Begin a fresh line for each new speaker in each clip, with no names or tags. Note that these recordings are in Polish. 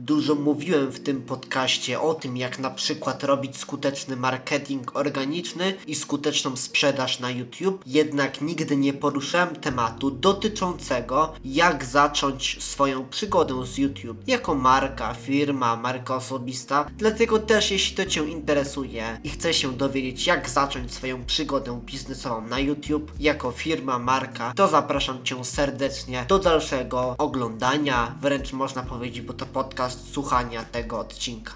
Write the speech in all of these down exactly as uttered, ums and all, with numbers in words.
Dużo mówiłem w tym podcaście o tym, jak na przykład robić skuteczny marketing organiczny i skuteczną sprzedaż na YouTube, jednak nigdy nie poruszałem tematu dotyczącego, jak zacząć swoją przygodę z YouTube jako marka, firma, marka osobista. Dlatego też, jeśli to Cię interesuje i chcesz się dowiedzieć, jak zacząć swoją przygodę biznesową na YouTube jako firma, marka, to zapraszam Cię serdecznie do dalszego oglądania, wręcz można powiedzieć, bo to podcast, słuchania tego odcinka.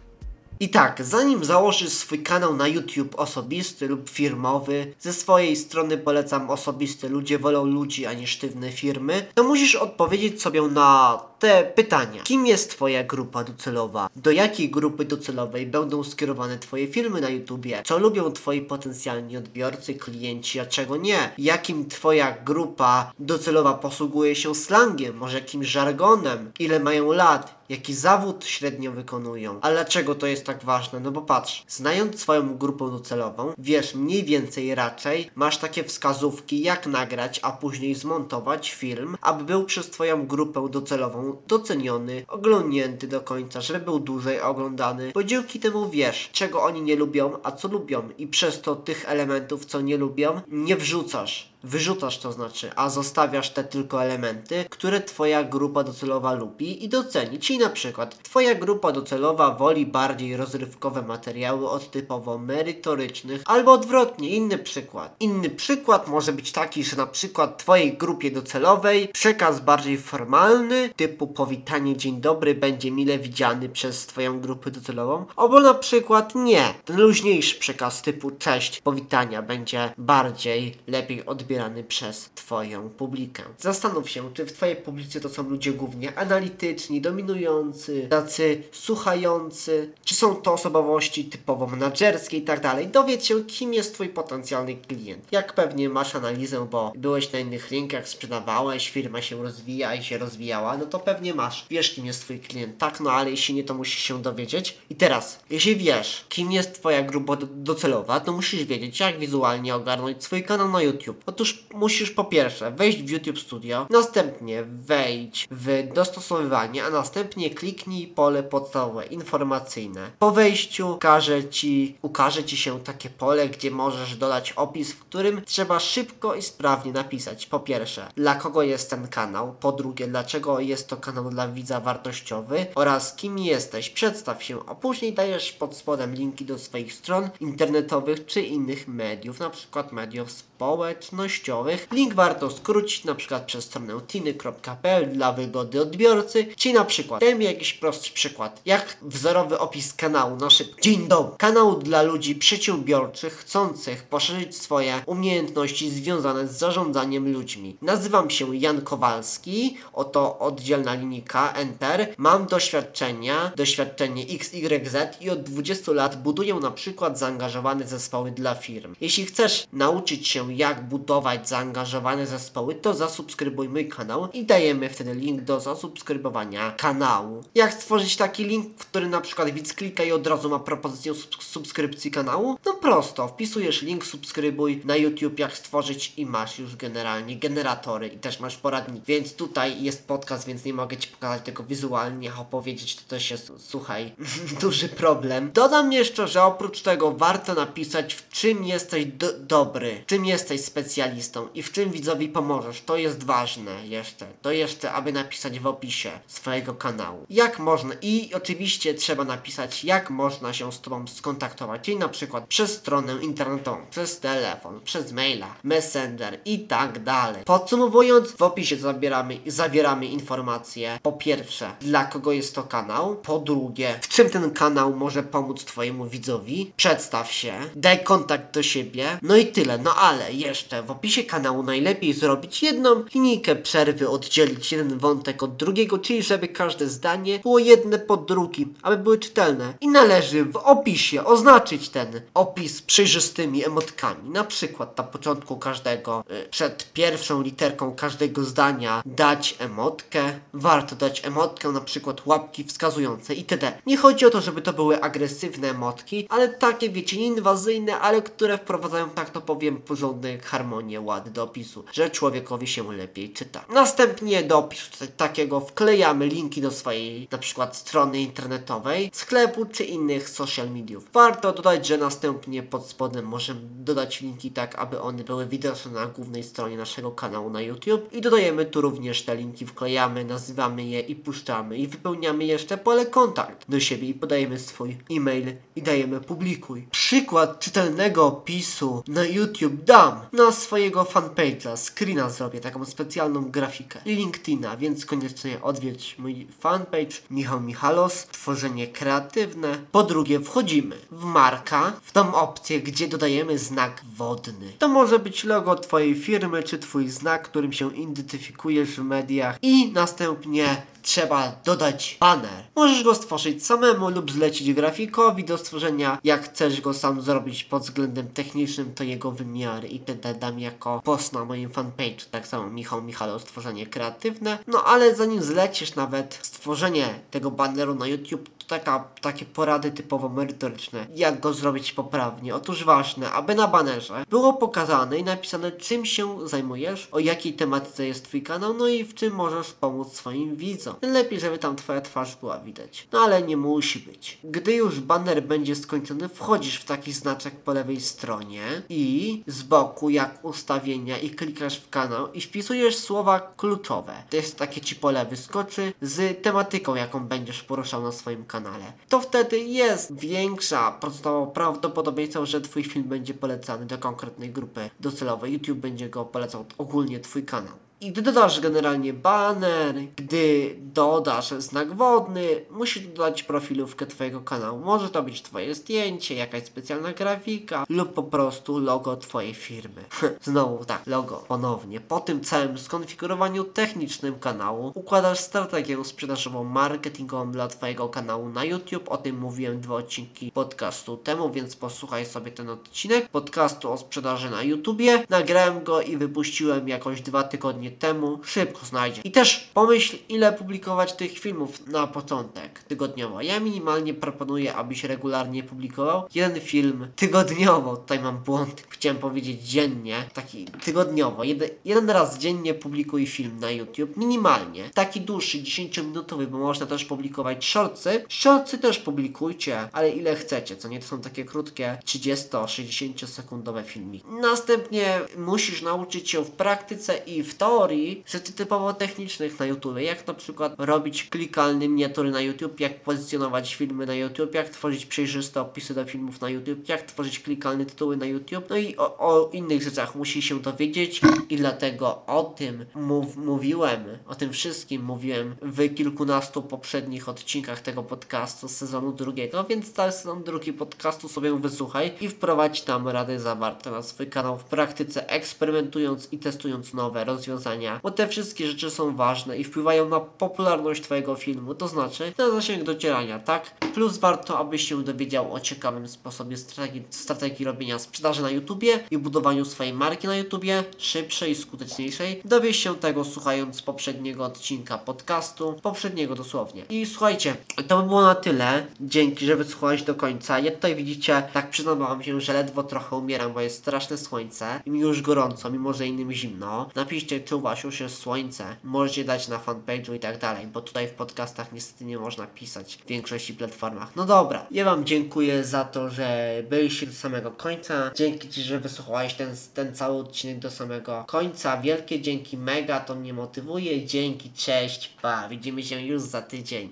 I tak, zanim założysz swój kanał na YouTube osobisty lub firmowy, ze swojej strony polecam osobisty, ludzie wolą ludzi, a nie sztywne firmy, to musisz odpowiedzieć sobie na te pytania. Kim jest Twoja grupa docelowa? Do jakiej grupy docelowej będą skierowane Twoje filmy na YouTubie? Co lubią Twoi potencjalni odbiorcy, klienci, a czego nie? Jakim Twoja grupa docelowa posługuje się slangiem, może jakimś żargonem? Ile mają lat? Jaki zawód średnio wykonują? A dlaczego to jest tak ważne? No bo patrz, znając swoją grupę docelową, wiesz mniej więcej raczej, masz takie wskazówki, jak nagrać, a później zmontować film, aby był przez Twoją grupę docelową doceniony, oglądnięty do końca, żeby był dłużej oglądany, bo dzięki temu wiesz, czego oni nie lubią, a co lubią, i przez to tych elementów, co nie lubią, nie wrzucasz. Wyrzucasz to znaczy, a zostawiasz te tylko elementy, które Twoja grupa docelowa lubi i doceni. Czyli na przykład Twoja grupa docelowa woli bardziej rozrywkowe materiały od typowo merytorycznych, albo odwrotnie, inny przykład. Inny przykład może być taki, że na przykład Twojej grupie docelowej przekaz bardziej formalny, typu powitanie, dzień dobry, będzie mile widziany przez Twoją grupę docelową, albo na przykład nie. Ten luźniejszy przekaz typu cześć, powitania będzie bardziej, lepiej odbierany przez Twoją publikę. Zastanów się, czy w Twojej publice to są ludzie głównie analityczni, dominujący, tacy słuchający, czy są to osobowości typowo menadżerskie i tak dalej. Dowiedz się, kim jest Twój potencjalny klient. Jak pewnie masz analizę, bo byłeś na innych rynkach, sprzedawałeś, firma się rozwija i się rozwijała, no to pewnie masz. Wiesz, kim jest Twój klient, tak? No ale jeśli nie, to musisz się dowiedzieć. I teraz, jeśli wiesz, kim jest Twoja grupa do- docelowa, to musisz wiedzieć, jak wizualnie ogarnąć swój kanał na YouTube. Otóż musisz po pierwsze wejść w YouTube Studio, następnie wejdź w dostosowywanie, a następnie kliknij pole podstawowe, informacyjne. Po wejściu ukaże Ci, ukaże Ci się takie pole, gdzie możesz dodać opis, w którym trzeba szybko i sprawnie napisać. Po pierwsze, dla kogo jest ten kanał, po drugie, dlaczego jest to kanał dla widza wartościowy oraz kim jesteś, przedstaw się, a później dajesz pod spodem linki do swoich stron internetowych czy innych mediów, na przykład mediów społecznościowych. Link warto skrócić na przykład przez stronę tiny kropka p l dla wygody odbiorcy, czy na przykład, dajmy jakiś prosty przykład, jak wzorowy opis kanału na szybko. Dzień dobry. Kanał dla ludzi przedsiębiorczych, chcących poszerzyć swoje umiejętności związane z zarządzaniem ludźmi. Nazywam się Jan Kowalski, oto oddzielna linijka, enter. Mam doświadczenia, doświadczenie X Y Z i od dwudziestu lat buduję na przykład zaangażowane zespoły dla firm. Jeśli chcesz nauczyć się, jak budować zaangażowane zespoły, to zasubskrybuj mój kanał i dajemy wtedy link do zasubskrybowania kanału. Jak stworzyć taki link, w który na przykład widz klika i od razu ma propozycję sub- subskrypcji kanału? No prosto, wpisujesz link subskrybuj na YouTube, jak stworzyć i masz już generalnie generatory i też masz poradnik. Więc tutaj jest podcast, więc nie mogę Ci pokazać tego wizualnie, a opowiedzieć to też jest, słuchaj, duży problem. Dodam jeszcze, że oprócz tego warto napisać, w czym jesteś do- dobry, w czym jesteś specjalistą i w czym widzowi pomożesz. To jest ważne jeszcze. To jeszcze, aby napisać w opisie swojego kanału. Jak można i oczywiście trzeba napisać, jak można się z Tobą skontaktować, czyli na przykład przez stronę internetową, przez telefon, przez maila, messenger i tak dalej. Podsumowując, w opisie zabieramy, zawieramy informacje, po pierwsze, dla kogo jest to kanał, po drugie, w czym ten kanał może pomóc Twojemu widzowi, przedstaw się, daj kontakt do siebie, no i tyle. No ale jeszcze w opisie kanału najlepiej zrobić jedną linijkę przerwy, oddzielić jeden wątek od drugiego, czyli żeby każde zdanie było jedne po drugim, aby były czytelne. I należy w opisie oznaczyć ten opis przejrzystymi emotkami. Na przykład na początku każdego, y, przed pierwszą literką każdego zdania dać emotkę. Warto dać emotkę, na przykład łapki wskazujące itd. Nie chodzi o to, żeby to były agresywne emotki, ale takie, wiecie, nieinwazyjne, ale które wprowadzają, tak to powiem, porządek porządek, harmonię, ład do opisu, że człowiekowi się lepiej czyta. Następnie do opisu takiego wklejamy linki do swojej na przykład strony internetowej, sklepu czy innych social mediów. Warto dodać, że następnie pod spodem możemy dodać linki tak, aby one były widoczne na głównej stronie naszego kanału na YouTube i dodajemy tu również te linki, wklejamy, nazywamy je i puszczamy i wypełniamy jeszcze pole kontakt do siebie i podajemy swój e-mail i dajemy publikuj. Przykład czytelnego opisu na YouTube dam na swojego fanpage'a, screena zrobię, taką specjalną grafikę i LinkedIna, więc koniecznie odwiedź mój fanpage Michał Michalos, tworzenie kreatywne. Po drugie wchodzimy w marka, w tą opcję, gdzie dodajemy znak wodny. To może być logo twojej firmy, czy twój znak, którym się identyfikujesz w mediach i następnie trzeba dodać banner. Możesz go stworzyć samemu lub zlecić grafikowi do stworzenia. Jak chcesz go sam zrobić pod względem technicznym, to jego wymiary i itd. dam jako post na moim fanpage. Tak samo Michał Michalo, stworzenie kreatywne. No ale zanim zlecisz nawet stworzenie tego banneru na YouTube, to taka, takie porady typowo merytoryczne. Jak go zrobić poprawnie? Otóż ważne, aby na banerze było pokazane i napisane, czym się zajmujesz, o jakiej tematyce jest twój kanał, no i w czym możesz pomóc swoim widzom. Lepiej, żeby tam twoja twarz była widać. No ale nie musi być. Gdy już banner będzie skończony, wchodzisz w taki znaczek po lewej stronie i z boku jak ustawienia i klikasz w kanał i wpisujesz słowa kluczowe. To jest takie ci pole wyskoczy z tematyką, jaką będziesz poruszał na swoim kanale. To wtedy jest większa procentowo prawdopodobieństwo, że twój film będzie polecany do konkretnej grupy docelowej. YouTube będzie go polecał ogólnie twój kanał. I gdy dodasz generalnie banner, gdy dodasz znak wodny, musisz dodać profilówkę twojego kanału. Może to być twoje zdjęcie, jakaś specjalna grafika lub po prostu logo twojej firmy. Znowu tak, logo ponownie. Po tym całym skonfigurowaniu technicznym kanału układasz strategię sprzedażową, marketingową dla twojego kanału na YouTube. O tym mówiłem dwa odcinki podcastu temu, więc posłuchaj sobie ten odcinek podcastu o sprzedaży na YouTubie. Nagrałem go i wypuściłem jakoś dwa tygodnie temu, szybko znajdzie. I też pomyśl, ile publikować tych filmów na początek tygodniowo. Ja minimalnie proponuję, abyś regularnie publikował jeden film tygodniowo. Tutaj mam błąd, chciałem powiedzieć dziennie, taki tygodniowo. Jeden, jeden raz dziennie publikuj film na YouTube, minimalnie. Taki dłuższy, dziesięciominutowy, bo można też publikować shortsy. Shortsy też publikujcie, ale ile chcecie, co nie? To są takie krótkie, trzydziesto-sześćdziesięciosekundowe filmiki. Następnie musisz nauczyć się w praktyce i w teorii rzeczy typowo technicznych na YouTube, jak na przykład robić klikalne miniatury na YouTube, jak pozycjonować filmy na YouTube, jak tworzyć przejrzyste opisy do filmów na YouTube, jak tworzyć klikalne tytuły na YouTube, no i o, o innych rzeczach musi się dowiedzieć i dlatego o tym mów, mówiłem, o tym wszystkim mówiłem w kilkunastu poprzednich odcinkach tego podcastu z sezonu drugiego, więc cały sezon drugi podcastu sobie wysłuchaj i wprowadź tam rady zawarte na swój kanał w praktyce, eksperymentując i testując nowe rozwiązania, bo te wszystkie rzeczy są ważne i wpływają na popularność twojego filmu, to znaczy na zasięg docierania, tak? Plus warto, abyś się dowiedział o ciekawym sposobie strategii, strategii robienia sprzedaży na YouTubie i budowaniu swojej marki na YouTubie, szybszej i skuteczniejszej. Dowiesz się tego słuchając poprzedniego odcinka podcastu, poprzedniego dosłownie. I słuchajcie, to by było na tyle. Dzięki, że wysłuchałeś do końca. Ja tutaj widzicie, tak przyznam wam się, że ledwo trochę umieram, bo jest straszne słońce i mi już gorąco, mimo że innym zimno. Napiszcie, czy u was już jest słońce. Możecie dać na fanpage'u i tak dalej, bo tutaj w podcastach niestety nie można pisać w większości platformach. No dobra, ja wam dziękuję za to, że byliście do samego końca. Dzięki ci, że wysłuchałeś ten, ten cały odcinek do samego końca. Wielkie dzięki, mega to mnie motywuje. Dzięki, cześć, pa. Widzimy się już za tydzień.